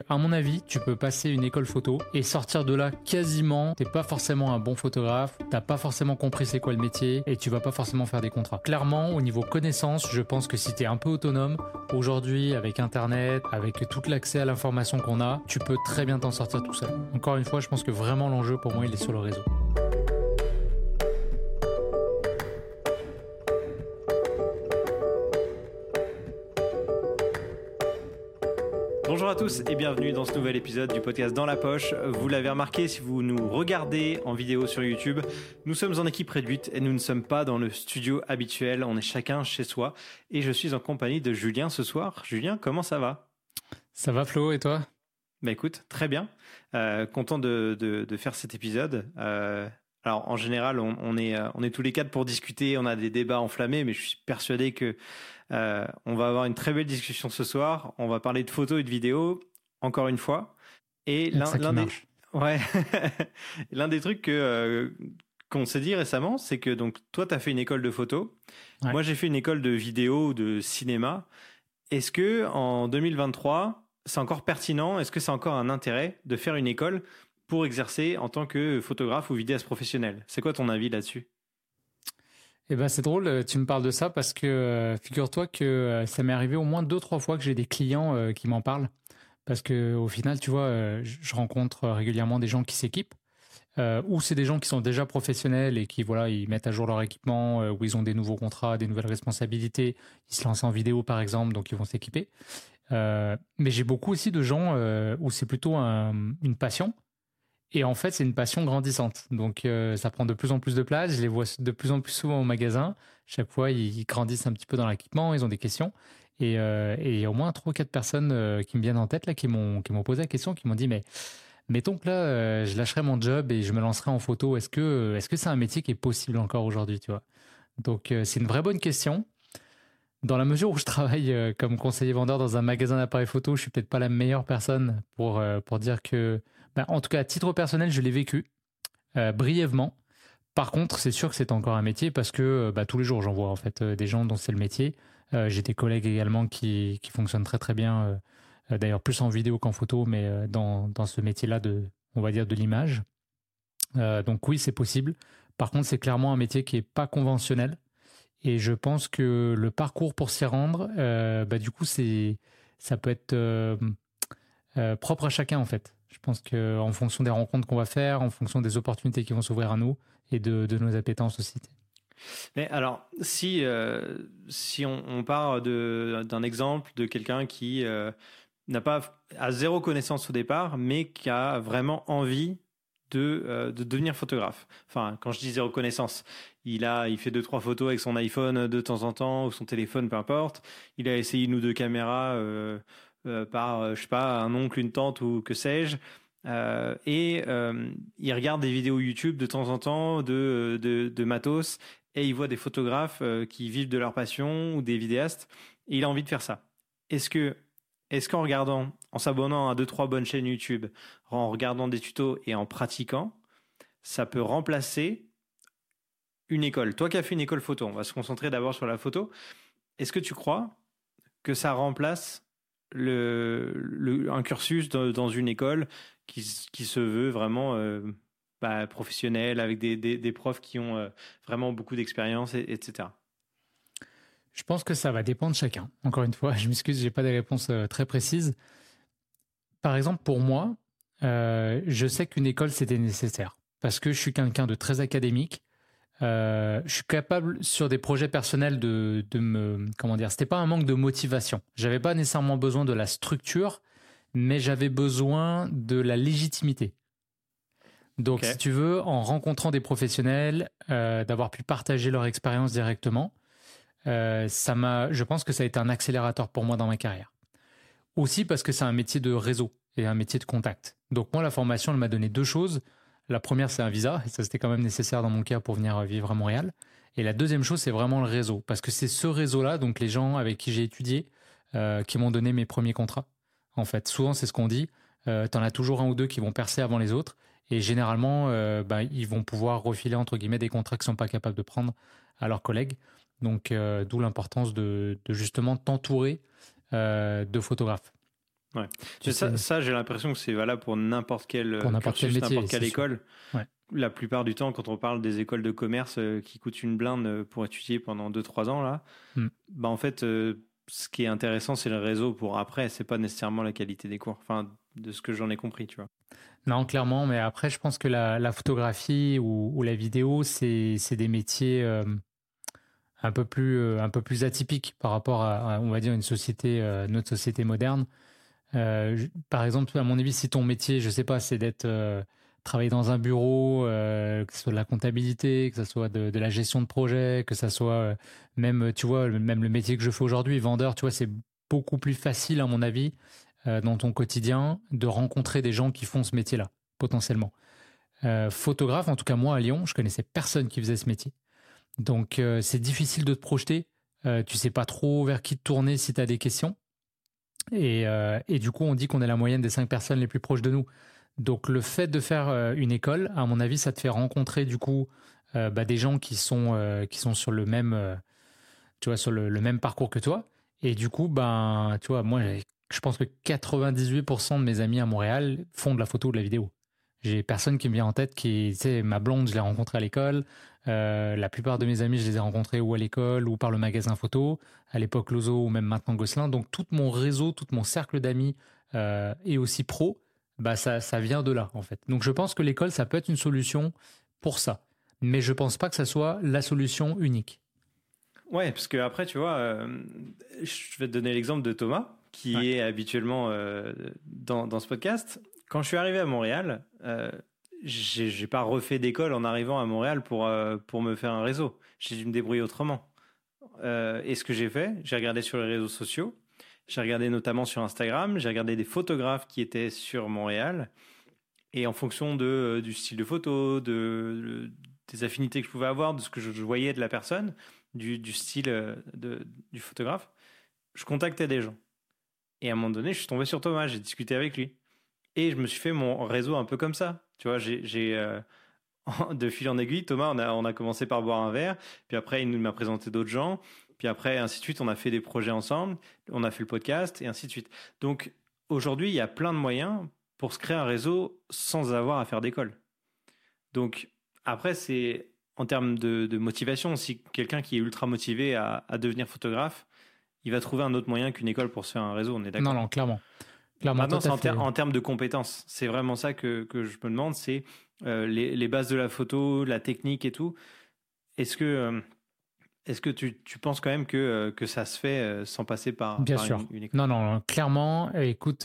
À mon avis, tu peux passer une école photo et sortir de là quasiment, t'es pas forcément un bon photographe, t'as pas forcément compris c'est quoi le métier et tu vas pas forcément faire des contrats. Clairement, au niveau connaissance, je pense que si t'es un peu autonome, aujourd'hui avec internet, avec tout l'accès à l'information qu'on a, tu peux très bien t'en sortir tout seul. Encore une fois, je pense que vraiment l'enjeu pour moi il est sur le réseau. Bonjour à tous et bienvenue dans ce nouvel épisode du podcast Dans la Poche. Vous l'avez remarqué si vous nous regardez en vidéo sur YouTube, nous sommes en équipe réduite et nous ne sommes pas dans le studio habituel, on est chacun chez soi et je suis en compagnie de Julien ce soir. Julien, comment ça va ? Ça va Flo et toi ? Bah écoute, très bien, content de faire cet épisode. Alors en général on est tous les quatre pour discuter, on a des débats enflammés mais je suis persuadé que on va avoir une très belle discussion ce soir. On va parler de photos et de vidéos, encore une fois. Et l'un des trucs qu'on s'est dit récemment, c'est que donc, toi, tu as fait une école de photo. Ouais. Moi, j'ai fait une école de vidéo ou de cinéma. Est-ce que en 2023, c'est encore pertinent ? Est-ce que c'est encore un intérêt de faire une école pour exercer en tant que photographe ou vidéaste professionnel ? C'est quoi ton avis là-dessus ? Eh ben c'est drôle, tu me parles de ça parce que figure-toi que ça m'est arrivé au moins 2-3 fois que j'ai des clients qui m'en parlent. Parce que au final, tu vois, je rencontre régulièrement des gens qui s'équipent, ou c'est des gens qui sont déjà professionnels et qui, voilà, ils mettent à jour leur équipement, où ils ont des nouveaux contrats, des nouvelles responsabilités. Ils se lancent en vidéo, par exemple, donc ils vont s'équiper. Mais j'ai beaucoup aussi de gens où c'est plutôt une passion. Et en fait, c'est une passion grandissante. Donc, ça prend de plus en plus de place. Je les vois de plus en plus souvent au magasin. Chaque fois, ils grandissent un petit peu dans l'équipement. Ils ont des questions. Et il y a au moins 3 ou 4 personnes qui me viennent en tête, là, qui m'ont posé la question, qui m'ont dit, mais mettons que là, je lâcherais mon job et je me lancerais en photo. Est-ce que c'est un métier qui est possible encore aujourd'hui, tu vois ? Donc, c'est une vraie bonne question. Dans la mesure où je travaille comme conseiller vendeur dans un magasin d'appareils photo, je suis peut-être pas la meilleure personne pour dire que... en tout cas, à titre personnel, je l'ai vécu brièvement. Par contre, c'est sûr que c'est encore un métier parce que tous les jours, j'en vois en fait des gens dont c'est le métier. J'ai des collègues également qui fonctionnent très très bien, d'ailleurs plus en vidéo qu'en photo, mais dans ce métier-là on va dire de l'image. Donc oui, c'est possible. Par contre, c'est clairement un métier qui est pas conventionnel. Et je pense que le parcours pour s'y rendre, du coup, ça peut être propre à chacun en fait. Je pense qu'en fonction des rencontres qu'on va faire, en fonction des opportunités qui vont s'ouvrir à nous et de nos appétences aussi. Mais alors, si on part d'un exemple de quelqu'un qui a zéro connaissance au départ, mais qui a vraiment envie de devenir photographe. Enfin, quand je dis zéro connaissance, il fait 2-3 photos avec son iPhone de temps en temps ou son téléphone, peu importe. Il a essayé 1 ou 2 caméras par, je sais pas, un oncle, une tante ou que sais-je. Il regarde des vidéos YouTube de temps en temps de matos et il voit des photographes qui vivent de leur passion ou des vidéastes et il a envie de faire ça. Est-ce qu'en regardant, en s'abonnant à 2-3 bonnes chaînes YouTube, en regardant des tutos et en pratiquant, ça peut remplacer une école ? Toi qui as fait une école photo, on va se concentrer d'abord sur la photo. Est-ce que tu crois que ça remplace un cursus dans une école qui se veut vraiment professionnelle, avec des profs qui ont vraiment beaucoup d'expérience, etc. Je pense que ça va dépendre de chacun. Encore une fois, je m'excuse, j'ai pas des réponses très précises. Par exemple, pour moi, je sais qu'une école, c'était nécessaire. Parce que je suis quelqu'un de très académique. Je suis capable, sur des projets personnels, de me... Comment dire ? C'était pas un manque de motivation. J'avais pas nécessairement besoin de la structure, mais j'avais besoin de la légitimité. Donc, okay. Si tu veux, en rencontrant des professionnels, d'avoir pu partager leur expérience directement, je pense que ça a été un accélérateur pour moi dans ma carrière. Aussi parce que c'est un métier de réseau et un métier de contact. Donc moi, la formation, elle m'a donné 2 choses. La première, c'est un visa, et ça c'était quand même nécessaire dans mon cas pour venir vivre à Montréal. Et la deuxième chose, c'est vraiment le réseau, parce que c'est ce réseau-là, donc les gens avec qui j'ai étudié, qui m'ont donné mes premiers contrats. En fait, souvent c'est ce qu'on dit, t'en as toujours 1 ou 2 qui vont percer avant les autres, et généralement, ils vont pouvoir refiler entre guillemets des contrats qu'ils ne sont pas capables de prendre à leurs collègues. Donc, d'où l'importance de justement t'entourer de photographes. Ouais. Tu sais, Ça, j'ai l'impression que c'est valable pour n'importe quel pour n'importe quel cursus, métier, n'importe quelle c'est sûr. école. Ouais. La plupart du temps, quand on parle des écoles de commerce qui coûtent une blinde pour étudier pendant 2-3 ans, là, Mm. bah en fait, ce qui est intéressant, c'est le réseau pour après. C'est pas nécessairement la qualité des cours. Enfin, de ce que j'en ai compris, tu vois. Non, clairement, mais après, je pense que la photographie ou la vidéo, c'est des métiers un peu plus atypiques par rapport on va dire, notre société moderne. Par exemple, à mon avis, si ton métier, je sais pas, c'est d'être travailler dans un bureau, que ce soit de la comptabilité, que ce soit de la gestion de projet, que ce soit même, tu vois, même le métier que je fais aujourd'hui, vendeur, tu vois, c'est beaucoup plus facile, à mon avis, dans ton quotidien, de rencontrer des gens qui font ce métier-là, potentiellement. Photographe, en tout cas moi à Lyon, je connaissais personne qui faisait ce métier. Donc c'est difficile de te projeter. Tu sais pas trop vers qui te tourner si tu as des questions. Et du coup, on dit qu'on est la moyenne des 5 personnes les plus proches de nous. Donc le fait de faire une école, à mon avis, ça te fait rencontrer du coup des gens qui sont sur le même, tu vois, sur le même parcours que toi. Et du coup, ben, tu vois, moi, je pense que 98% de mes amis à Montréal font de la photo ou de la vidéo. J'ai personne qui me vient en tête qui, tu sais, ma blonde, je l'ai rencontrée à l'école. La plupart de mes amis, je les ai rencontrés ou à l'école ou par le magasin photo, à l'époque Lozo ou même maintenant Gosselin. Donc tout mon réseau, tout mon cercle d'amis et aussi pro, bah ça vient de là en fait. Donc je pense que l'école, ça peut être une solution pour ça. Mais je pense pas que ça soit la solution unique. Ouais, parce que après, tu vois, je vais te donner l'exemple de Thomas, Ouais. qui est habituellement dans ce podcast. Quand je suis arrivé à Montréal, j'ai pas refait d'école en arrivant à Montréal pour me faire un réseau. J'ai dû me débrouiller autrement. Et ce que j'ai fait, j'ai regardé sur les réseaux sociaux, j'ai regardé notamment sur Instagram, j'ai regardé des photographes qui étaient sur Montréal, et en fonction du style de photo, des affinités que je pouvais avoir, de ce que je voyais de la personne, du style du photographe, je contactais des gens. Et à un moment donné, je suis tombé sur Thomas, j'ai discuté avec lui. Et je me suis fait mon réseau un peu comme ça. Tu vois, de fil en aiguille, Thomas, on a commencé par boire un verre, puis après, il m'a présenté d'autres gens, puis après, ainsi de suite, on a fait des projets ensemble, on a fait le podcast, et ainsi de suite. Donc, aujourd'hui, il y a plein de moyens pour se créer un réseau sans avoir à faire d'école. Donc, après, c'est en termes de motivation, si quelqu'un qui est ultra motivé à devenir photographe, il va trouver un autre moyen qu'une école pour se faire un réseau, on est Non, d'accord. non, clairement. Clairement, tout Maintenant, c'est à fait. en termes de compétences. C'est vraiment ça que je me demande, c'est les bases de la photo, la technique et tout. Est-ce que, euh, est-ce que tu penses quand même que ça se fait sans passer Bien par sûr. une école? Non, non, clairement. Écoute,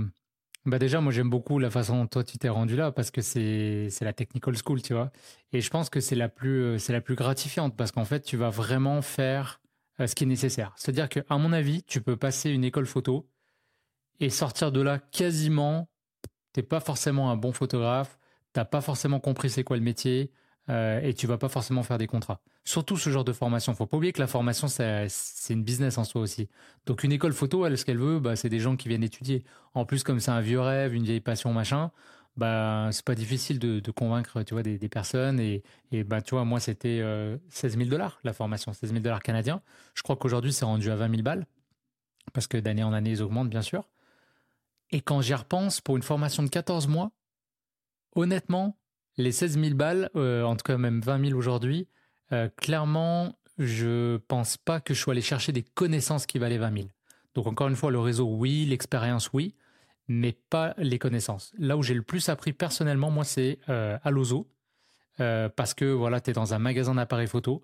bah déjà, moi, j'aime beaucoup la façon dont toi, tu t'es rendu là parce que c'est la technical school, tu vois. Et je pense que c'est la plus gratifiante parce qu'en fait, tu vas vraiment faire ce qui est nécessaire. C'est-à-dire qu'à mon avis, tu peux passer une école photo et sortir de là quasiment. T'es pas forcément un bon photographe, t'as pas forcément compris c'est quoi le métier, et tu vas pas forcément faire des contrats. Surtout ce genre de formation. Faut pas oublier que la formation, c'est une business en soi aussi. Donc une école photo, elle, ce qu'elle veut, bah, c'est des gens qui viennent étudier. En plus, comme c'est un vieux rêve, une vieille passion, machin, bah, c'est pas difficile de convaincre, tu vois, des personnes. Et bah, tu vois, moi, c'était 16 000 dollars la formation, 16 000 dollars canadiens. Je crois qu'aujourd'hui, c'est rendu à 20 000 balles, parce que d'année en année, ils augmentent, bien sûr. Et quand j'y repense, pour une formation de 14 mois, honnêtement, les 16 000 balles, en tout cas même 20 000 aujourd'hui, clairement, je pense pas que je sois allé chercher des connaissances qui valaient 20 000. Donc encore une fois, le réseau, oui, l'expérience, oui, mais pas les connaissances. Là où j'ai le plus appris personnellement, moi, c'est à l'Ozo, parce que voilà, tu es dans un magasin d'appareils photo.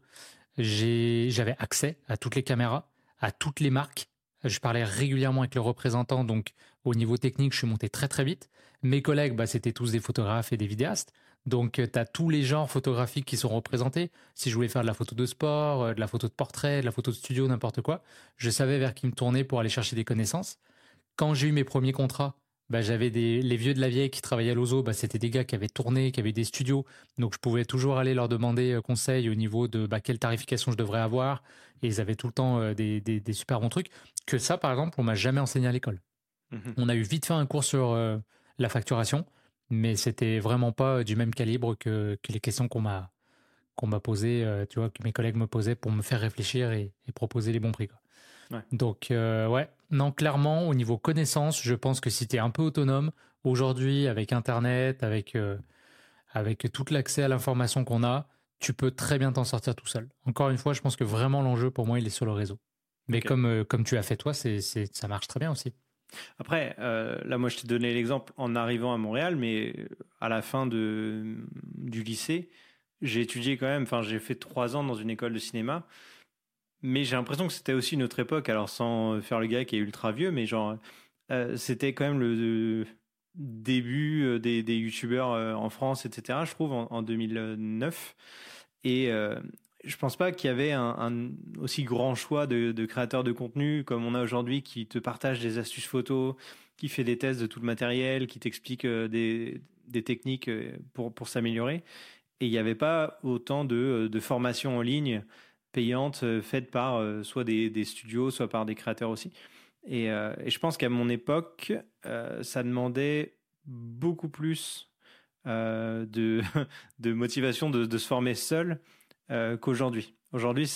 J'avais accès à toutes les caméras, à toutes les marques. Je parlais régulièrement avec le représentant, donc au niveau technique, je suis monté très très vite. Mes collègues, bah, c'était tous des photographes et des vidéastes. Donc tu as tous les genres photographiques qui sont représentés. Si je voulais faire de la photo de sport, de la photo de portrait, de la photo de studio, n'importe quoi, je savais vers qui me tourner pour aller chercher des connaissances. Quand j'ai eu mes premiers contrats, bah, j'avais les vieux de la vieille qui travaillaient à l'Ozo, bah, c'était des gars qui avaient tourné, qui avaient des studios. Donc je pouvais toujours aller leur demander conseil au niveau de bah, quelle tarification je devrais avoir. Et ils avaient tout le temps des super bons trucs. Que ça, par exemple, on m'a jamais enseigné à l'école. Mhm. On a eu vite fait un cours sur la facturation, mais c'était vraiment pas du même calibre que les questions qu'on m'a posées, tu vois, que mes collègues me posaient pour me faire réfléchir et proposer les bons prix, quoi. Ouais. Donc, ouais. Non, clairement, au niveau connaissance, je pense que si tu es un peu autonome, aujourd'hui, avec Internet, avec tout l'accès à l'information qu'on a, tu peux très bien t'en sortir tout seul. Encore une fois, je pense que vraiment l'enjeu, pour moi, il est sur le réseau. Mais Ok. comme tu as fait toi, ça marche très bien aussi. Après, là, moi, je t'ai donné l'exemple en arrivant à Montréal, mais à la fin du lycée, j'ai étudié quand même, enfin, j'ai fait 3 ans dans une école de cinéma, mais j'ai l'impression que c'était aussi une autre époque, alors sans faire le gars qui est ultra vieux, mais genre, c'était quand même le début des youtubeurs en France, etc., je trouve, en 2009. Et je pense pas qu'il y avait un aussi grand choix de créateurs de contenu comme on a aujourd'hui qui te partagent des astuces photos, qui fait des tests de tout le matériel, qui t'explique des techniques pour s'améliorer. Et il n'y avait pas autant de formations en ligne payantes faites par soit des studios, soit par des créateurs aussi. Et je pense qu'à mon époque, ça demandait beaucoup plus de, de motivation de se former seul qu'aujourd'hui. Aujourd'hui,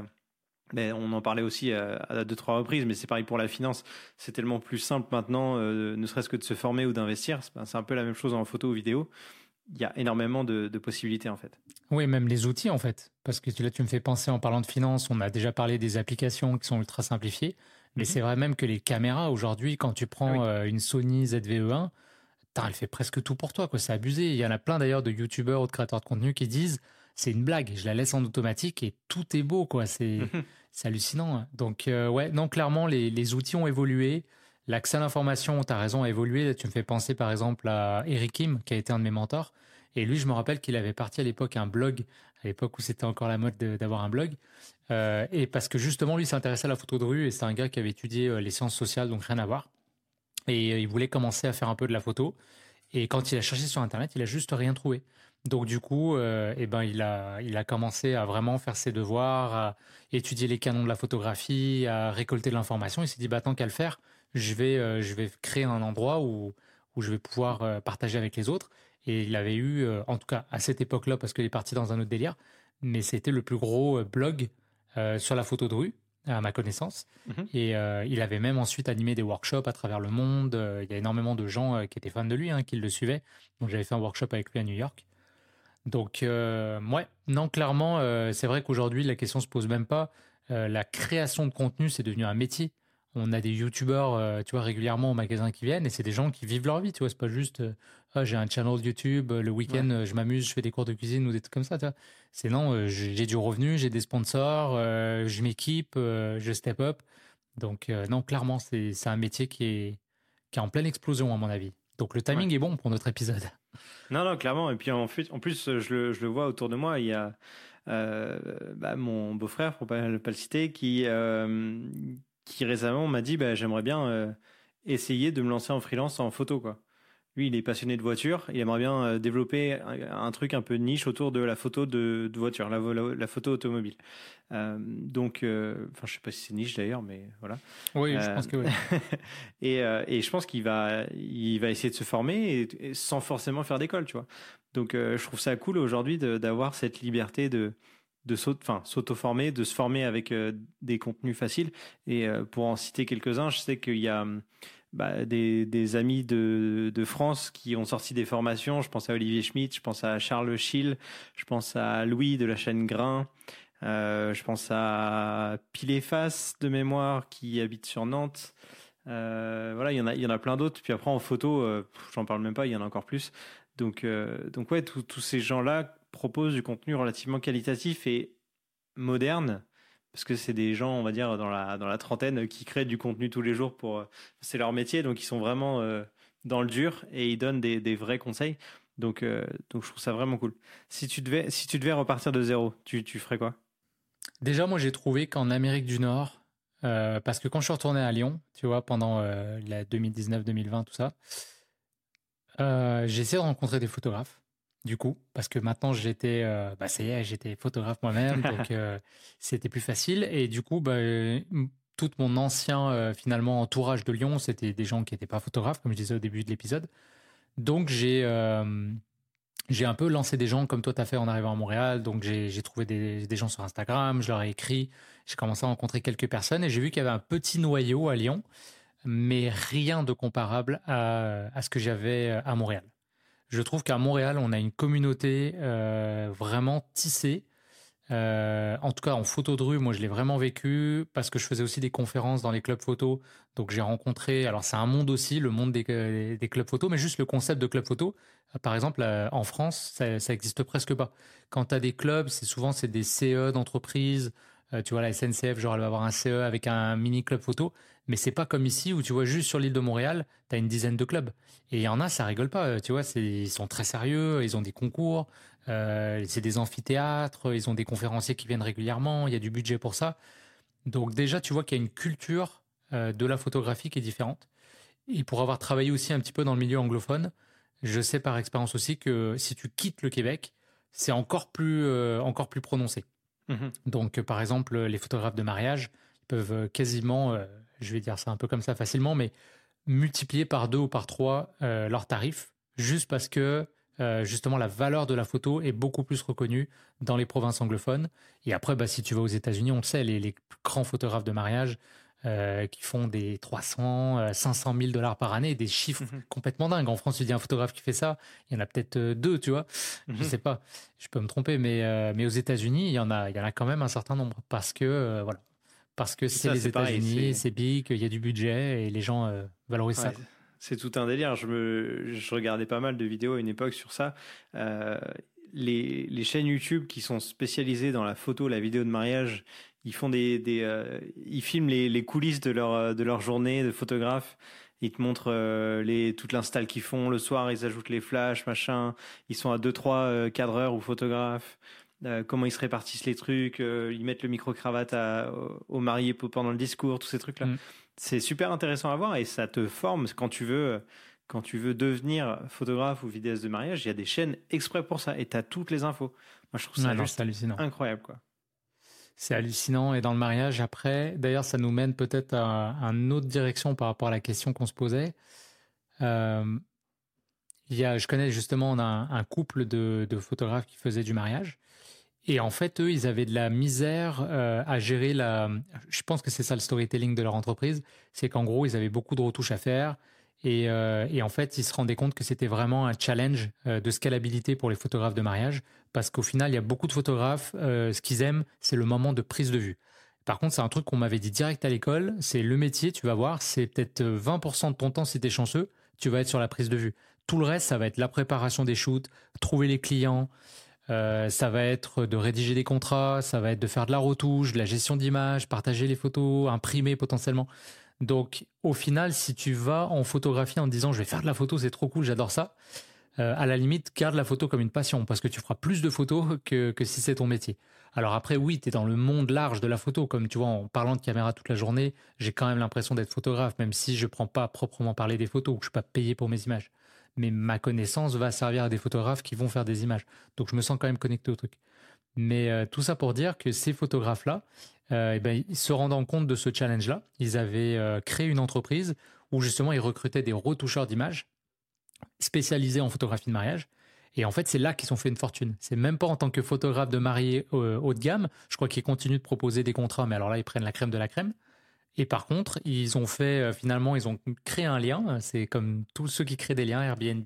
mais on en parlait aussi à 2, 3 reprises, mais c'est pareil pour la finance. C'est tellement plus simple maintenant, ne serait-ce que de se former ou d'investir. C'est un peu la même chose en photo ou vidéo. Il y a énormément de possibilités en fait. Oui, même les outils en fait. Parce que là, tu me fais penser en parlant de finance, on a déjà parlé des applications qui sont ultra simplifiées. Mais Mhm. c'est vrai même que les caméras aujourd'hui, quand tu Ah prends oui. une Sony ZV-E1, elle fait presque tout pour toi, quoi. C'est abusé. Il y en a plein d'ailleurs de youtubeurs ou de créateurs de contenu qui disent c'est une blague, je la laisse en automatique et tout est beau, quoi. Mhm. C'est hallucinant, hein. Donc, ouais, non, clairement, les outils ont évolué. L'accès à l'information, tu as raison, a évolué. Tu me fais penser par exemple à Eric Kim, qui a été un de mes mentors. Et lui, je me rappelle qu'il avait parti à l'époque un blog, à l'époque où c'était encore la mode d'avoir un blog. Et parce que justement, lui s'intéressait à la photo de rue et c'est un gars qui avait étudié les sciences sociales, donc rien à voir. Et il voulait commencer à faire un peu de la photo. Et quand il a cherché sur Internet, il a juste rien trouvé. Donc du coup, eh ben, il a commencé à vraiment faire ses devoirs, à étudier les canons de la photographie, à récolter de l'information. Il s'est dit, bah, tant qu'à le faire, je vais créer un endroit où je vais pouvoir partager avec les autres. Et il avait eu, en tout cas à cette époque-là, parce qu'il est parti dans un autre délire, mais c'était le plus gros blog sur la photo de rue, à ma connaissance. Mhm. Et il avait même ensuite animé des workshops à travers le monde. Il y a énormément de gens qui étaient fans de lui, hein, qui le suivaient. Donc j'avais fait un workshop avec lui à New York. Donc ouais, non, clairement, c'est vrai qu'aujourd'hui, la question se pose même pas. La création de contenu, c'est devenu un métier. On a des youtubeurs, tu vois, régulièrement au magasin qui viennent et c'est des gens qui vivent leur vie, tu vois. C'est pas juste, ah, j'ai un channel YouTube, le Ouais. week-end, je m'amuse, je fais des cours de cuisine ou des trucs comme ça, tu vois. C'est non, j'ai du revenu, j'ai des sponsors, je m'équipe, je step up. Donc non, clairement, c'est un métier qui est en pleine explosion, à mon avis. Donc le Ouais. timing est bon pour notre épisode. Non, non, clairement. Et puis en plus, je le vois autour de moi. Il y a mon beau-frère, pour pas le citer, qui récemment m'a dit, bah, j'aimerais bien essayer de me lancer en freelance en photo, quoi. Lui, il est passionné de voiture. Il aimerait bien développer un truc un peu de niche autour de la photo de voiture, la photo automobile. Donc, enfin, je sais pas si c'est niche d'ailleurs, mais voilà. Oui, je Euh, pense que oui. et je pense qu'il va essayer de se former et sans forcément faire d'école, tu vois. Donc, je trouve ça cool aujourd'hui d'avoir cette liberté enfin, s'auto-former, de se former avec des contenus faciles. Et pour en citer quelques-uns, je sais qu'il y a des amis de France qui ont sorti des formations. Je pense à Olivier Schmitt, je pense à Charles Schill, je pense à Louis de la chaîne Grain. Je pense à Pileface de mémoire qui habite sur Nantes. Voilà, il y en a plein d'autres. Puis après en photo, j'en parle même pas, il y en a encore plus. Donc ouais, tous ces gens-là proposent du contenu relativement qualitatif et moderne, parce que c'est des gens, on va dire, dans la trentaine qui créent du contenu tous les jours c'est leur métier, donc ils sont vraiment dans le dur et ils donnent des vrais conseils. Donc je trouve ça vraiment cool. Si tu devais repartir de zéro, tu ferais quoi? Déjà, moi, j'ai trouvé qu'en Amérique du Nord, parce que quand je suis retourné à Lyon, tu vois, pendant la 2019-2020, tout ça, j'ai essayé de rencontrer des photographes, du coup, parce que maintenant, bah, ça y est, j'étais photographe moi-même, donc c'était plus facile. Et du coup, bah, tout mon ancien, finalement, entourage de Lyon, c'était des gens qui n'étaient pas photographes, comme je disais au début de l'épisode. Donc, j'ai un peu lancé des gens comme toi t'as fait en arrivant à Montréal. Donc j'ai trouvé des gens sur Instagram, je leur ai écrit, j'ai commencé à rencontrer quelques personnes et j'ai vu qu'il y avait un petit noyau à Lyon, mais rien de comparable à ce que j'avais à Montréal. Je trouve qu'à Montréal, on a une communauté vraiment tissée. En tout cas, en photo de rue, moi, je l'ai vraiment vécu parce que je faisais aussi des conférences dans les clubs photo. Donc, j'ai rencontré. Alors, c'est un monde aussi, le monde des clubs photo, mais juste le concept de club photo. Par exemple, en France, ça existe presque pas. Quand tu as des clubs, c'est des CE d'entreprise. Tu vois, la SNCF, genre, elle va avoir un CE avec un mini club photo. Mais c'est pas comme ici où tu vois juste sur l'île de Montréal, tu as une dizaine de clubs. Et il y en a, ça rigole pas. Tu vois, ils sont très sérieux, ils ont des concours. C'est des amphithéâtres, ils ont des conférenciers qui viennent régulièrement, il y a du budget pour ça. Donc déjà, tu vois qu'il y a une culture de la photographie qui est différente. Et pour avoir travaillé aussi un petit peu dans le milieu anglophone, je sais par expérience aussi que si tu quittes le Québec, c'est encore plus prononcé. Mhm. Donc par exemple, les photographes de mariage peuvent quasiment, je vais dire ça un peu comme ça facilement, mais multiplier par 2 ou par 3 leurs tarifs, juste parce que justement la valeur de la photo est beaucoup plus reconnue dans les provinces anglophones. Et après, bah, si tu vas aux États-Unis, on le sait, les plus grands photographes de mariage qui font des 300, 500 000 dollars par année, des chiffres complètement dingues. En France, tu dis un photographe qui fait ça, il y en a peut-être 2, tu vois. Je sais pas, je peux me tromper, mais aux États-Unis, il y en a quand même un certain nombre parce que voilà. Parce que c'est Ça, les c'est pareil. États-Unis, c'est big, il y a du budget et les gens valorisent ça. Ouais, c'est tout un délire. Je regardais pas mal de vidéos à une époque sur ça. Euh, les chaînes YouTube qui sont spécialisées dans la photo, la vidéo de mariage, ils font ils filment les coulisses de leur journée de photographe. Ils te montrent toute l'install qu'ils font le soir. Ils ajoutent les flashs, machin. Ils sont à 2-3 cadreurs ou photographes. Comment ils se répartissent les trucs. Ils mettent le micro-cravate au marié pendant le discours, tous ces trucs-là. Mm. C'est super intéressant à voir et ça te forme quand tu veux devenir photographe ou vidéaste de mariage, il y a des chaînes exprès pour ça et tu as toutes les infos. Moi, je trouve ça juste C'est hallucinant. incroyable, quoi. C'est hallucinant. Et dans le mariage, après, d'ailleurs, ça nous mène peut-être à une autre direction par rapport à la question qu'on se posait. Je connais justement un couple de photographes qui faisaient du mariage. Et en fait, eux, ils avaient de la misère à gérer Je pense que c'est ça le storytelling de leur entreprise. C'est qu'en gros, ils avaient beaucoup de retouches à faire. Et en fait, ils se rendaient compte que c'était vraiment un challenge de scalabilité pour les photographes de mariage. Parce qu'au final, il y a beaucoup de photographes, ce qu'ils aiment, c'est le moment de prise de vue. Par contre, c'est un truc qu'on m'avait dit direct à l'école. C'est le métier, tu vas voir, c'est peut-être 20% de ton temps si tu es chanceux, tu vas être sur la prise de vue. Tout le reste, ça va être la préparation des shoots, trouver les clients. Ça va être de rédiger des contrats, ça va être de faire de la retouche, de la gestion d'images, partager les photos, imprimer potentiellement. Donc, au final, si tu vas en photographie en te disant je vais faire de la photo, c'est trop cool, j'adore ça, à la limite, garde la photo comme une passion parce que tu feras plus de photos que si c'est ton métier. Alors après, oui, tu es dans le monde large de la photo, comme tu vois, en parlant de caméra toute la journée, j'ai quand même l'impression d'être photographe, même si je prends pas à proprement parler des photos, ou que je suis pas payé pour mes images. Mais ma connaissance va servir à des photographes qui vont faire des images. Donc je me sens quand même connecté au truc. Mais tout ça pour dire que ces photographes-là, ils se rendant compte de ce challenge-là, ils avaient créé une entreprise où justement ils recrutaient des retoucheurs d'images spécialisés en photographie de mariage. Et en fait, c'est là qu'ils ont fait une fortune. C'est même pas en tant que photographe de mariée haut de gamme. Je crois qu'ils continuent de proposer des contrats, mais alors là, ils prennent la crème de la crème. Et par contre, ils ont fait finalement, ils ont créé un lien. C'est comme tous ceux qui créent des liens, Airbnb,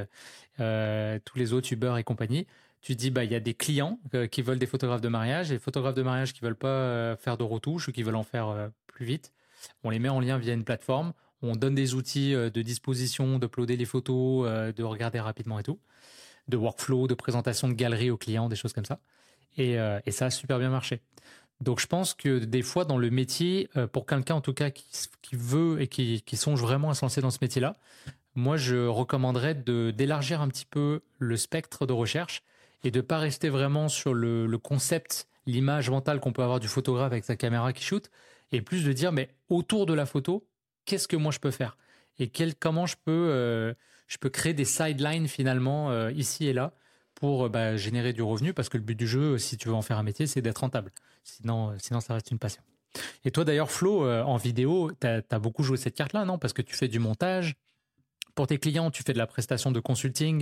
tous les autres Uber et compagnie. Tu te dis, bah, il y a des clients qui veulent des photographes de mariage, et des photographes de mariage qui veulent pas faire de retouches ou qui veulent en faire plus vite. On les met en lien via une plateforme. On donne des outils de disposition, d'uploader les photos, de regarder rapidement et tout, de workflow, de présentation de galeries aux clients, des choses comme ça. Et ça a super bien marché. Donc je pense que des fois dans le métier, pour quelqu'un en tout cas qui veut et qui songe vraiment à se lancer dans ce métier-là, moi je recommanderais d'élargir un petit peu le spectre de recherche et de pas rester vraiment sur le concept, l'image mentale qu'on peut avoir du photographe avec sa caméra qui shoot, et plus de dire mais autour de la photo, qu'est-ce que moi je peux faire et comment je peux créer des sidelines finalement ici et là pour générer du revenu, parce que le but du jeu, si tu veux en faire un métier, c'est d'être rentable. Sinon, ça reste une passion. Et toi d'ailleurs, Flo, en vidéo, tu as beaucoup joué cette carte-là, non? Parce que tu fais du montage. Pour tes clients, tu fais de la prestation de consulting,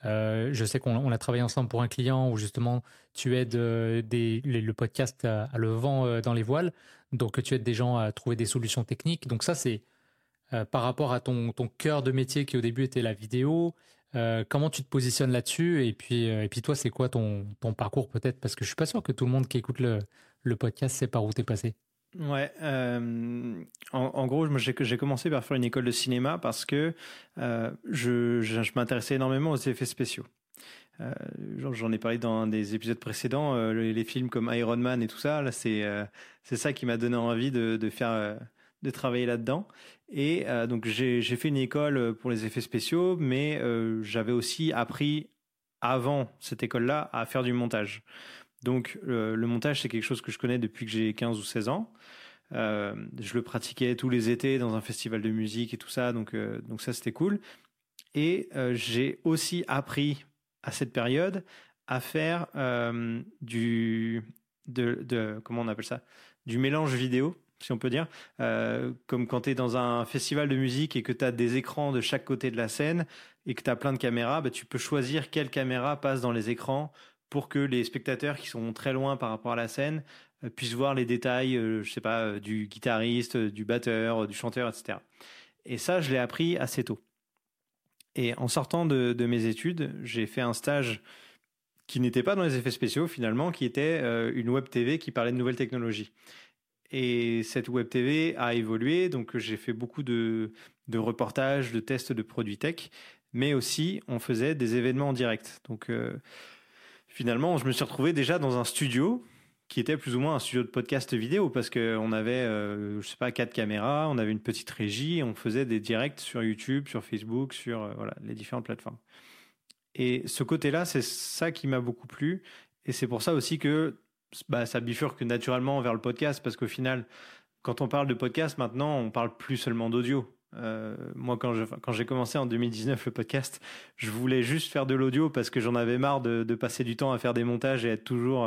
Je sais qu'on a travaillé ensemble pour un client où justement tu aides le podcast à le vent dans les voiles. Donc tu aides des gens à trouver des solutions techniques. Donc ça, c'est par rapport à ton cœur de métier qui au début était la vidéo. Comment tu te positionnes là-dessus? Et puis toi, c'est quoi ton parcours peut-être? Parce que je suis pas sûr que tout le monde qui écoute le podcast sait par où t'es passé. Ouais, en gros, moi, j'ai commencé par faire une école de cinéma parce que je m'intéressais énormément aux effets spéciaux. J'en ai parlé dans des épisodes précédents, les films comme Iron Man et tout ça. Là, c'est ça qui m'a donné envie de faire, de travailler là-dedans. Et donc j'ai fait une école pour les effets spéciaux, mais j'avais aussi appris avant cette école-là à faire du montage. Donc le montage, c'est quelque chose que je connais depuis que j'ai 15 ou 16 ans. Je le pratiquais tous les étés dans un festival de musique et tout ça, donc ça c'était cool. Et j'ai aussi appris à cette période à faire comment on appelle ça, du mélange vidéo, si on peut dire, comme quand tu es dans un festival de musique et que tu as des écrans de chaque côté de la scène et que tu as plein de caméras, bah, tu peux choisir quelle caméra passe dans les écrans pour que les spectateurs qui sont très loin par rapport à la scène puissent voir les détails, je sais pas, du guitariste, du batteur, du chanteur, etc. Et ça, je l'ai appris assez tôt. Et en sortant de mes études, j'ai fait un stage qui n'était pas dans les effets spéciaux finalement, qui était une web TV qui parlait de nouvelles technologies. Et cette web TV a évolué, donc j'ai fait beaucoup de reportages, de tests de produits tech, mais aussi on faisait des événements en direct. Donc finalement, je me suis retrouvé déjà dans un studio qui était plus ou moins un studio de podcast vidéo parce qu'on avait, je sais pas, 4 caméras, on avait une petite régie, et on faisait des directs sur YouTube, sur Facebook, sur voilà, les différentes plateformes. Et ce côté-là, c'est ça qui m'a beaucoup plu. Et c'est pour ça aussi que bah, ça bifurque naturellement vers le podcast parce qu'au final, quand on parle de podcast maintenant, on parle plus seulement d'audio. Moi, quand j'ai commencé en 2019 le podcast, je voulais juste faire de l'audio parce que j'en avais marre de passer du temps à faire des montages et être toujours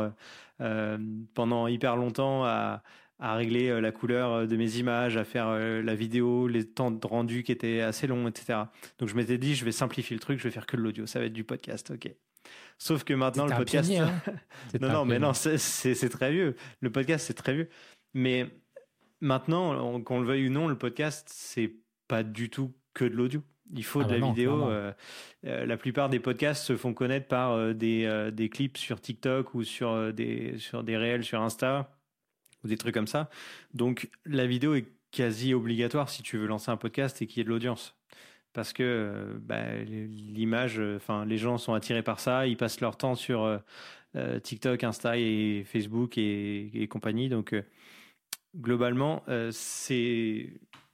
pendant hyper longtemps à régler la couleur de mes images, à faire la vidéo, les temps de rendu qui étaient assez longs, etc. Donc je m'étais dit, je vais simplifier le truc, je vais faire que de l'audio, ça va être du podcast, ok. Sauf que maintenant, le podcast... Pionnier, hein. non, mais non, c'est très vieux. Le podcast, c'est très vieux. Mais maintenant, qu'on le veuille ou non, le podcast, c'est pas du tout que de l'audio. Il faut de la vidéo. La plupart des podcasts se font connaître par des clips sur TikTok ou sur des réels sur Insta ou des trucs comme ça. Donc, la vidéo est quasi obligatoire si tu veux lancer un podcast et qu'il y ait de l'audience. Parce que l'image, les gens sont attirés par ça, ils passent leur temps sur TikTok, Insta et Facebook et compagnie. Donc, globalement, c'est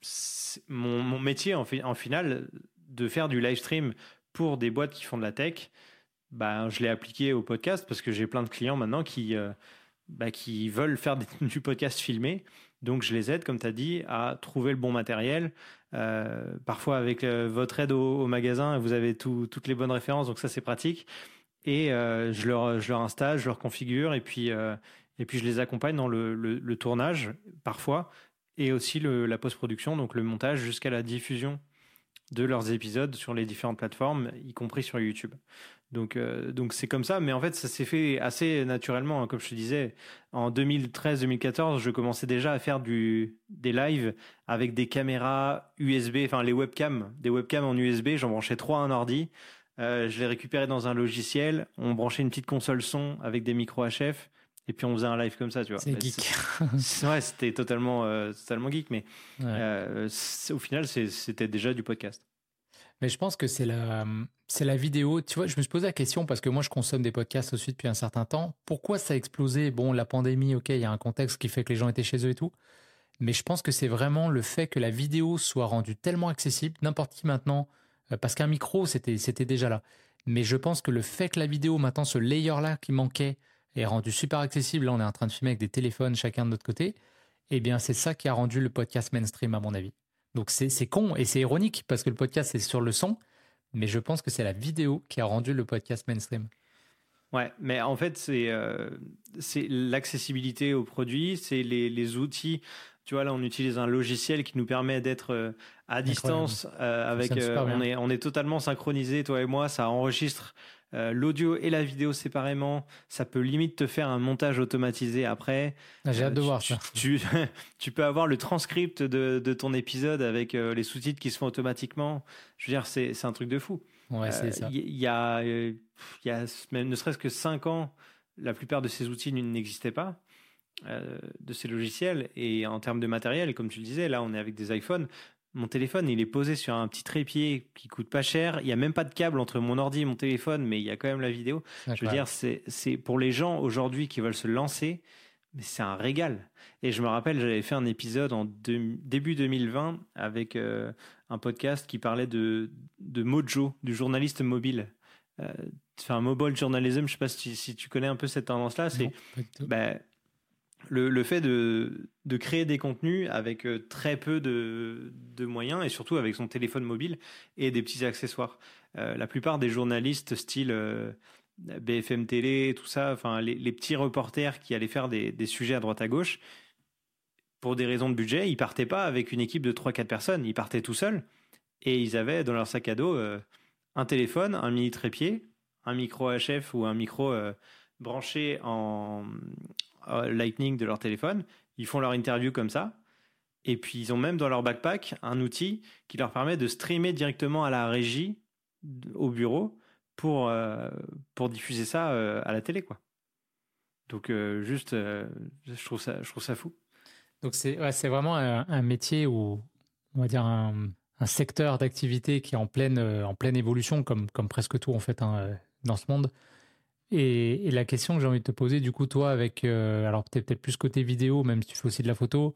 mon métier en final de faire du live stream pour des boîtes qui font de la tech. Je l'ai appliqué au podcast parce que j'ai plein de clients maintenant qui veulent faire du podcast filmé. Donc, je les aide, comme tu as dit, à trouver le bon matériel. Parfois, avec votre aide au magasin, vous avez toutes les bonnes références. Donc, ça, c'est pratique. Et je leur installe, je leur configure. Et puis, je les accompagne dans le tournage, parfois. Et aussi la post-production, donc le montage, jusqu'à la diffusion de leurs épisodes sur les différentes plateformes, y compris sur YouTube. Donc c'est comme ça, mais en fait ça s'est fait assez naturellement, hein. Comme je te disais, en 2013-2014, je commençais déjà à faire des lives avec des caméras USB, enfin des webcams en USB, j'en branchais 3 à un ordi, je les récupérais dans un logiciel, on branchait une petite console son avec des micros HF, et puis on faisait un live comme ça, tu vois. C'est geek. Ouais, c'était totalement geek, mais Ouais. au final c'était déjà du podcast. Mais je pense que c'est la vidéo. Tu vois, je me suis posé la question parce que moi, je consomme des podcasts aussi depuis un certain temps. Pourquoi ça a explosé? Bon, la pandémie, ok, il y a un contexte qui fait que les gens étaient chez eux et tout. Mais je pense que c'est vraiment le fait que la vidéo soit rendue tellement accessible, n'importe qui maintenant, parce qu'un micro, c'était déjà là. Mais je pense que le fait que la vidéo, maintenant, ce layer-là qui manquait, est rendu super accessible. Là, on est en train de filmer avec des téléphones, chacun de notre côté. Eh bien, c'est ça qui a rendu le podcast mainstream, à mon avis. Donc c'est con et c'est ironique parce que le podcast c'est sur le son, mais je pense que c'est la vidéo qui a rendu le podcast mainstream. Ouais, mais en fait c'est l'accessibilité aux produits, c'est les outils Tu vois, là, on utilise un logiciel qui nous permet d'être à distance avec. On est totalement synchronisé, toi et moi. Ça enregistre l'audio et la vidéo séparément. Ça peut limite te faire un montage automatisé après. J'ai hâte de voir ça. Tu peux avoir le transcript de ton épisode avec les sous-titres qui se font automatiquement. Je veux dire, c'est un truc de fou. Ouais, c'est ça. Il y a même ne serait-ce que 5 ans, la plupart de ces outils n'existaient pas. De ces logiciels, et en termes de matériel, et comme tu le disais, là on est avec des iPhones. Mon téléphone, il est posé sur un petit trépied qui coûte pas cher. Il y a même pas de câble entre mon ordi et mon téléphone, mais il y a quand même la vidéo. Je veux dire, c'est pour les gens aujourd'hui qui veulent se lancer, mais c'est un régal. Et je me rappelle, j'avais fait un épisode en début 2020 avec un podcast qui parlait de Mojo, du journaliste mobile. Enfin, mobile journalism, je sais pas si tu connais un peu cette tendance-là. C'est le fait de créer des contenus avec très peu de moyens, et surtout avec son téléphone mobile et des petits accessoires. La plupart des journalistes style BFM Télé, tout ça, enfin les petits reporters qui allaient faire des sujets à droite à gauche, pour des raisons de budget, ils partaient pas avec une équipe de 3-4 personnes, ils partaient tout seuls, et ils avaient dans leur sac à dos un téléphone, un mini trépied, un micro HF ou un micro branché en Lightning de leur téléphone. Ils font leur interview comme ça, et puis ils ont même dans leur backpack un outil qui leur permet de streamer directement à la régie au bureau pour diffuser ça à la télé, quoi. Donc je trouve ça fou. Donc c'est vraiment un métier où, on va dire, un secteur d'activité qui est en pleine évolution, comme presque tout en fait dans ce monde. Et la question que j'ai envie de te poser, du coup, toi, avec alors peut-être plus côté vidéo, même si tu fais aussi de la photo,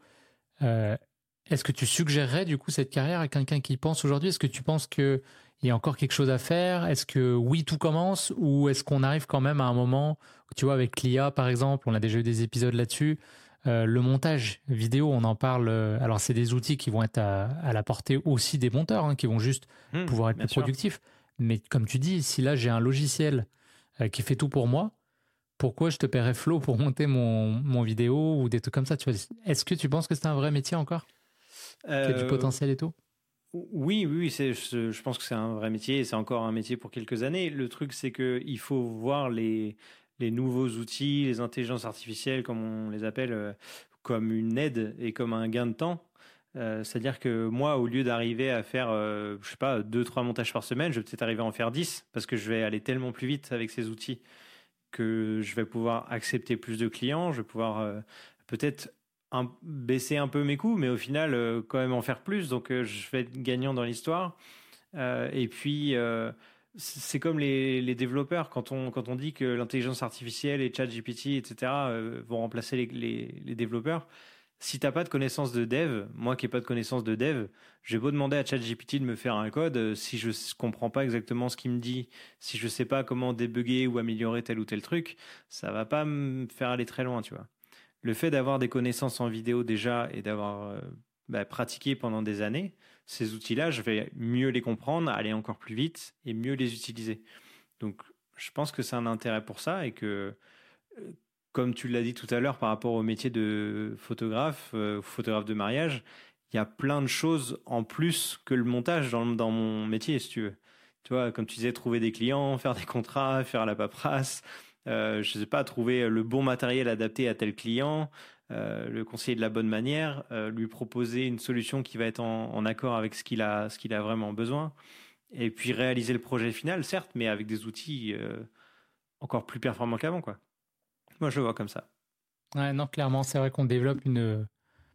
est-ce que tu suggérerais du coup cette carrière à quelqu'un qui pense aujourd'hui? Est-ce que tu penses qu'il y a encore quelque chose à faire? Est-ce que oui, tout commence, ou est-ce qu'on arrive quand même à un moment où, tu vois, avec l'IA par exemple, on a déjà eu des épisodes là-dessus, le montage vidéo, on en parle. Alors c'est des outils qui vont être à la portée aussi des monteurs, qui vont juste pouvoir être plus productifs. Mais comme tu dis, si là j'ai un logiciel qui fait tout pour moi, pourquoi je te paierais Flo pour monter mon vidéo ou des trucs comme ça, tu vois? Est-ce que tu penses que c'est un vrai métier encore? Qu'il y a du potentiel et tout? Oui, je pense que c'est un vrai métier, et c'est encore un métier pour quelques années. Le truc, c'est qu'il faut voir les nouveaux outils, les intelligences artificielles, comme on les appelle, comme une aide et comme un gain de temps. C'est-à-dire que moi, au lieu d'arriver à faire, je sais pas, 2-3 montages par semaine, je vais peut-être arriver à en faire 10, parce que je vais aller tellement plus vite avec ces outils que je vais pouvoir accepter plus de clients, je vais pouvoir peut-être baisser un peu mes coûts, mais au final, quand même en faire plus. Donc, je vais être gagnant dans l'histoire. Et puis, c'est comme les développeurs. Quand on dit que l'intelligence artificielle et ChatGPT, etc., vont remplacer les développeurs, si tu n'as pas de connaissance de dev, moi qui n'ai pas de connaissance de dev, j'ai beau demander à ChatGPT de me faire un code, si je ne comprends pas exactement ce qu'il me dit, si je ne sais pas comment débugger ou améliorer tel ou tel truc, ça va pas me faire aller très loin, tu vois. Le fait d'avoir des connaissances en vidéo déjà et d'avoir pratiqué pendant des années, ces outils-là, je vais mieux les comprendre, aller encore plus vite et mieux les utiliser. Donc, je pense que c'est un intérêt pour ça, et que, comme tu l'as dit tout à l'heure par rapport au métier de photographe, photographe de mariage, il y a plein de choses en plus que le montage dans mon métier, si tu veux. Tu vois, comme tu disais, trouver des clients, faire des contrats, faire la paperasse, je sais pas, trouver le bon matériel adapté à tel client, le conseiller de la bonne manière, lui proposer une solution qui va être en accord avec ce qu'il a vraiment besoin, et puis réaliser le projet final, certes, mais avec des outils encore plus performants qu'avant, quoi. Moi, je le vois comme ça. Ouais, non, clairement, c'est vrai qu'on développe une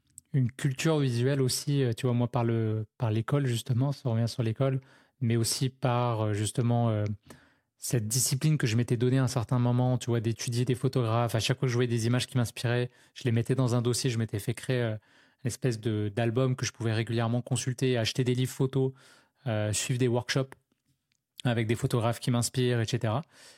culture visuelle aussi, tu vois, moi, par l'école, justement, ça revient sur l'école, mais aussi par, justement, cette discipline que je m'étais donnée à un certain moment, tu vois, d'étudier des photographes. À chaque fois que je voyais des images qui m'inspiraient, je les mettais dans un dossier, je m'étais fait créer une espèce d'album que je pouvais régulièrement consulter, acheter des livres photos, suivre des workshops avec des photographes qui m'inspirent, etc.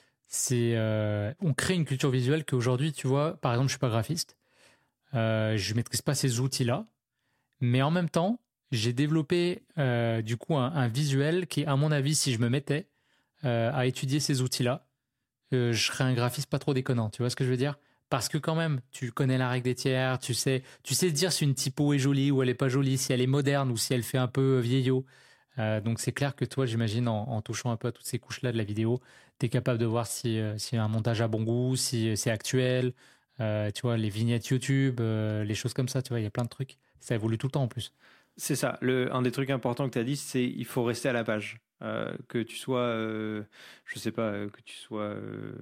On crée une culture visuelle qu'aujourd'hui, tu vois, par exemple, je suis pas graphiste, je maîtrise pas ces outils-là, mais en même temps, j'ai développé du coup un visuel qui, à mon avis, si je me mettais à étudier ces outils-là, je serais un graphiste pas trop déconnant, tu vois ce que je veux dire? parce que quand même, tu connais la règle des tiers, tu sais dire si une typo est jolie ou elle est pas jolie, si elle est moderne ou si elle fait un peu vieillot. Donc c'est clair que toi, j'imagine, en touchant un peu à toutes ces couches-là de la vidéo, tu es capable de voir si un montage a bon goût, si c'est actuel, tu vois, les vignettes YouTube, les choses comme ça, tu vois, il y a plein de trucs. Ça évolue tout le temps en plus. C'est ça. Un des trucs importants que tu as dit, c'est il faut rester à la page. Que tu sois, je sais pas, que tu sois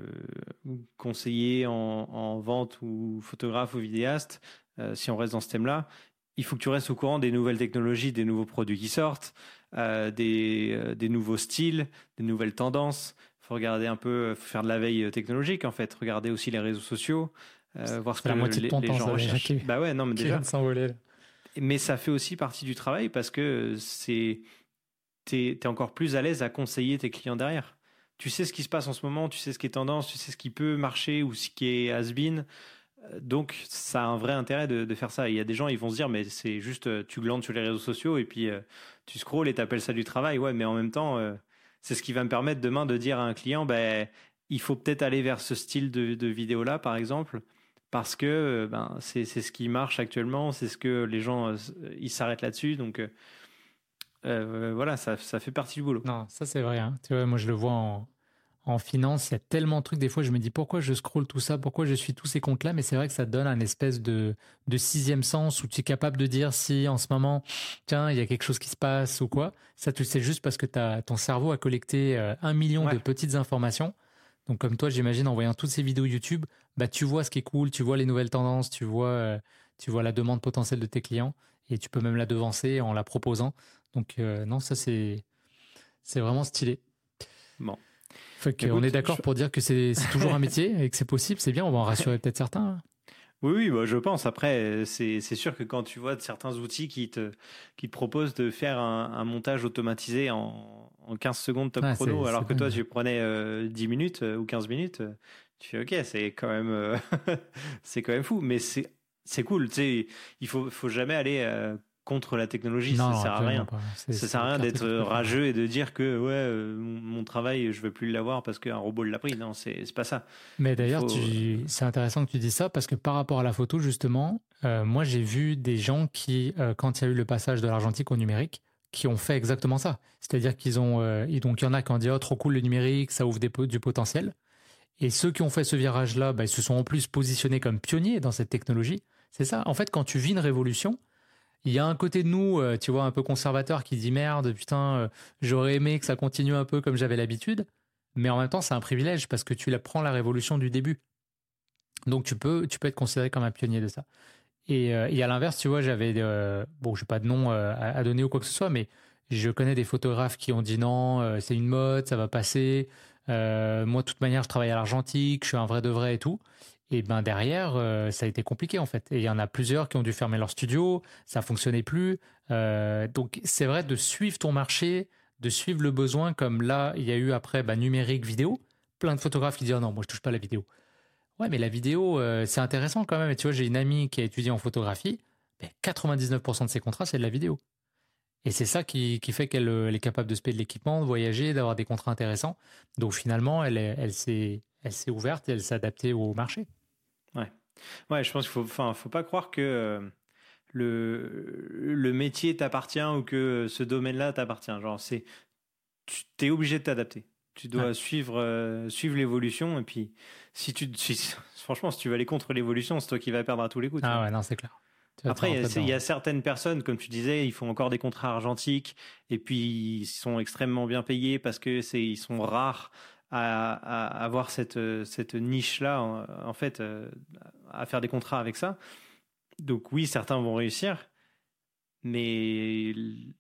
conseiller en vente ou photographe ou vidéaste, si on reste dans ce thème-là, il faut que tu restes au courant des nouvelles technologies, des nouveaux produits qui sortent, des nouveaux styles, des nouvelles tendances. Il faut regarder un peu, faut faire de la veille technologique en fait. Regarder aussi les réseaux sociaux, voir ce que la moitié de ton les temps, gens ça, recherchent. Bah ouais, non, mais qui déjà. vient de s'envoler, là. Mais ça fait aussi partie du travail parce que t'es encore plus à l'aise à conseiller tes clients derrière. Tu sais ce qui se passe en ce moment, tu sais ce qui est tendance, tu sais ce qui peut marcher ou ce qui est has-been. Donc, ça a un vrai intérêt de faire ça. Il y a des gens, ils vont se dire, mais c'est juste, tu glandes sur les réseaux sociaux et puis tu scrolles et t'appelles ça du travail. Ouais, mais en même temps, c'est ce qui va me permettre demain de dire à un client, ben, il faut peut-être aller vers ce style de vidéo-là, par exemple, parce que ben, c'est ce qui marche actuellement, c'est ce que les gens, ils s'arrêtent là-dessus. Donc, voilà, ça fait partie du boulot. Non, ça c'est vrai, hein. Tu vois, moi je le vois en finance, il y a tellement de trucs, des fois je me dis pourquoi je scrolle tout ça, pourquoi je suis tous ces comptes-là, mais c'est vrai que ça donne un espèce de sixième sens où tu es capable de dire si en ce moment, tiens, il y a quelque chose qui se passe ou quoi. Ça, tu le sais juste parce que ton cerveau a collecté 1 million de petites informations. Donc comme toi, j'imagine, en voyant toutes ces vidéos YouTube, bah, tu vois ce qui est cool, tu vois les nouvelles tendances, tu vois la demande potentielle de tes clients et tu peux même la devancer en la proposant. Donc non, ça c'est vraiment stylé. Bon. Fait qu'on est d'accord pour dire que c'est toujours un métier et que c'est possible, c'est bien, on va en rassurer peut-être certains, hein. Oui, bah, je pense. Après, c'est sûr que quand tu vois certains outils qui te proposent de faire un montage automatisé en 15 secondes top chrono, alors que toi, tu prenais 10 minutes ou 15 minutes, tu fais OK, c'est quand même, c'est quand même fou. Mais c'est cool. Tu sais, il faut jamais aller contre la technologie, ça sert à rien. Ça sert à rien d'être rageux et de dire que ouais, mon travail, je veux plus l'avoir parce qu'un robot l'a pris. Non, c'est pas ça. Mais d'ailleurs, c'est intéressant que tu dis ça parce que par rapport à la photo, justement, moi j'ai vu des gens qui, quand il y a eu le passage de l'argentique au numérique, qui ont fait exactement ça. C'est-à-dire donc il y en a qui ont dit oh trop cool le numérique, ça ouvre du potentiel. Et ceux qui ont fait ce virage-là, bah, ils se sont en plus positionnés comme pionniers dans cette technologie. C'est ça. En fait, quand tu vis une révolution, il y a un côté de nous, tu vois, un peu conservateur qui dit merde, putain, j'aurais aimé que ça continue un peu comme j'avais l'habitude. Mais en même temps, c'est un privilège parce que tu prends la révolution du début. Donc tu peux être considéré comme un pionnier de ça. Et à l'inverse, tu vois, bon, je n'ai pas de nom à donner ou quoi que ce soit, mais je connais des photographes qui ont dit non, c'est une mode, ça va passer. Moi, de toute manière, je travaille à l'argentique, je suis un vrai de vrai et tout. Et ben derrière, ça a été compliqué en fait. Et il y en a plusieurs qui ont dû fermer leur studio, ça fonctionnait plus. Donc c'est vrai de suivre ton marché, de suivre le besoin, comme là, il y a eu après numérique, vidéo. Plein de photographes qui disent oh non, moi je touche pas à la vidéo. Ouais, mais la vidéo, c'est intéressant quand même. Et tu vois, j'ai une amie qui a étudié en photographie. Ben, 99% de ses contrats, c'est de la vidéo. Et c'est ça qui fait qu'elle est capable de se payer de l'équipement, de voyager, d'avoir des contrats intéressants. Donc finalement, elle s'est ouverte et elle s'est adaptée au marché. Ouais, je pense qu'il faut pas croire que le métier t'appartient ou que ce domaine-là t'appartient. Genre, tu es obligé de t'adapter. Tu dois suivre l'évolution. Et puis, franchement, si tu veux aller contre l'évolution, c'est toi qui vas perdre à tous les coups. Ah ouais, non, c'est clair. Après, il y a certaines personnes, comme tu disais, ils font encore des contrats argentiques et puis ils sont extrêmement bien payés parce que ils sont rares à avoir cette niche-là, en fait, à faire des contrats avec ça. Donc oui, certains vont réussir, mais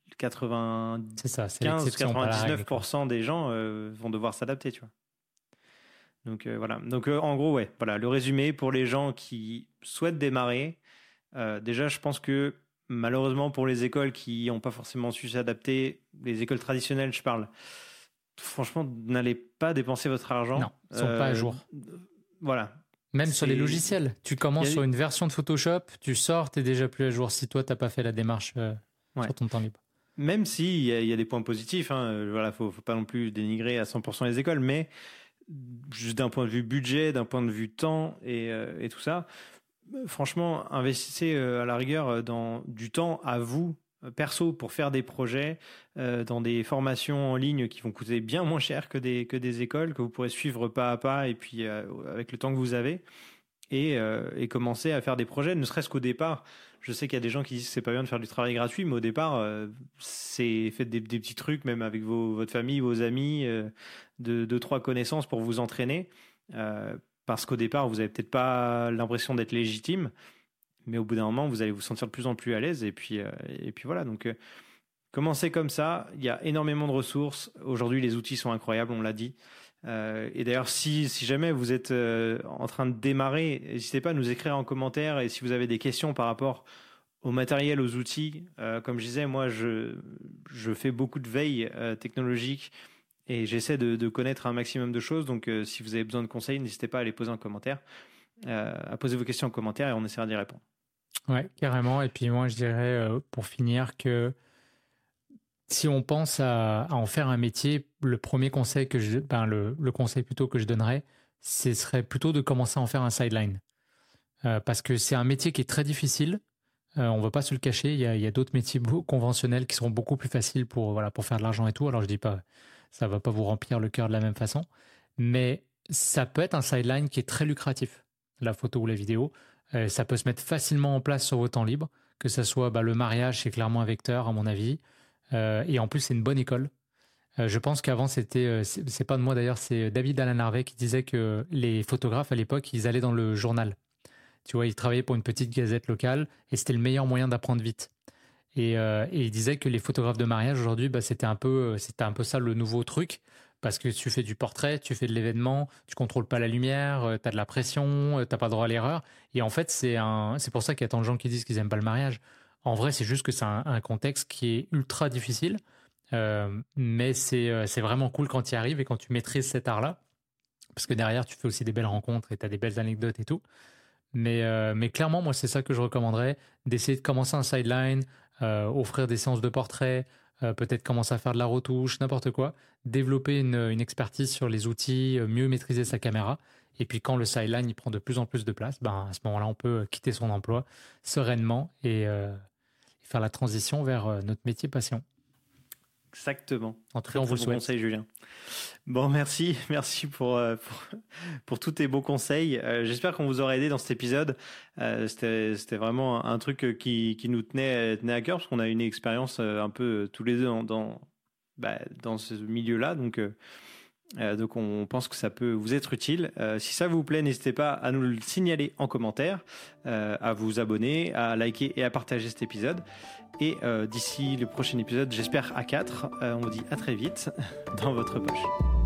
99% des gens vont devoir s'adapter, tu vois. Donc voilà. Donc en gros, ouais, voilà, le résumé pour les gens qui souhaitent démarrer. Déjà, je pense que malheureusement pour les écoles qui n'ont pas forcément su s'adapter, les écoles traditionnelles, je parle. Franchement, n'allez pas dépenser votre argent. Non, ils ne sont pas à jour. Voilà. Même sur les logiciels. Tu commences sur une version de Photoshop, tu sors, tu n'es déjà plus à jour si toi, tu n'as pas fait la démarche sur ton temps libre. Même s'il y a des points positifs, hein, voilà, faut pas non plus dénigrer à 100% les écoles, mais juste d'un point de vue budget, d'un point de vue temps et tout ça. Franchement, investissez à la rigueur dans du temps à vous, perso, pour faire des projets, dans des formations en ligne qui vont coûter bien moins cher que des écoles, que vous pourrez suivre pas à pas et puis avec le temps que vous avez. Et commencer à faire des projets, ne serait-ce qu'au départ. Je sais qu'il y a des gens qui disent que c'est pas bien de faire du travail gratuit, mais au départ, faites des petits trucs, même avec votre famille, vos amis, deux, trois connaissances pour vous entraîner. Parce qu'au départ, vous n'avez peut-être pas l'impression d'être légitime, mais au bout d'un moment, vous allez vous sentir de plus en plus à l'aise. Et puis voilà. Donc, commencez comme ça. Il y a énormément de ressources. Aujourd'hui, les outils sont incroyables, on l'a dit. Et d'ailleurs, si jamais vous êtes en train de démarrer, n'hésitez pas à nous écrire en commentaire. Et si vous avez des questions par rapport au matériel, aux outils, comme je disais, moi, je fais beaucoup de veille technologique et j'essaie de connaître un maximum de choses. Donc, si vous avez besoin de conseils, n'hésitez pas à les poser en commentaire, à poser vos questions en commentaire et on essaiera d'y répondre. Ouais, carrément. Et puis moi, je dirais, pour finir, que si on pense à en faire un métier, le premier conseil le conseil plutôt que je donnerais, ce serait plutôt de commencer à en faire un sideline. Parce que c'est un métier qui est très difficile. On ne va pas se le cacher. Il y a d'autres métiers conventionnels qui seront beaucoup plus faciles pour faire de l'argent et tout. Alors je dis pas, ça va pas vous remplir le cœur de la même façon, mais ça peut être un sideline qui est très lucratif, la photo ou la vidéo. Ça peut se mettre facilement en place sur vos temps libres, que ce soit le mariage, c'est clairement un vecteur à mon avis. Et en plus, c'est une bonne école. Je pense qu'avant, c'est pas de moi d'ailleurs, c'est David Alain Harvey qui disait que les photographes à l'époque, ils allaient dans le journal. Tu vois, ils travaillaient pour une petite gazette locale et c'était le meilleur moyen d'apprendre vite. Et il disait que les photographes de mariage aujourd'hui, c'était un peu ça le nouveau truc. Parce que tu fais du portrait, tu fais de l'événement, tu contrôles pas la lumière, tu as de la pression, t'as pas droit à l'erreur. Et en fait, c'est pour ça qu'il y a tant de gens qui disent qu'ils aiment pas le mariage. En vrai, c'est juste que c'est un contexte qui est ultra difficile, mais c'est vraiment cool quand tu y arrives et quand tu maîtrises cet art-là, parce que derrière, tu fais aussi des belles rencontres et tu as des belles anecdotes et tout. Mais clairement, moi, c'est ça que je recommanderais, d'essayer de commencer un sideline, offrir des séances de portrait, peut-être commencer à faire de la retouche, n'importe quoi, développer une expertise sur les outils, mieux maîtriser sa caméra. Et puis quand le sideline il prend de plus en plus de place, à ce moment-là, on peut quitter son emploi sereinement et faire la transition vers notre métier passion. Exactement. En tout cas, on vous le souhaite. Conseil, Julien. Bon, merci pour tous tes beaux conseils. J'espère qu'on vous aura aidé dans cet épisode. C'était vraiment un truc qui nous tenait à cœur parce qu'on a une expérience un peu tous les deux dans ce milieu-là. Donc on pense que ça peut vous être utile. Si ça vous plaît, n'hésitez pas à nous le signaler en commentaire, à vous abonner, à liker et à partager cet épisode. Et d'ici le prochain épisode, j'espère à 4, on vous dit à très vite dans votre poche.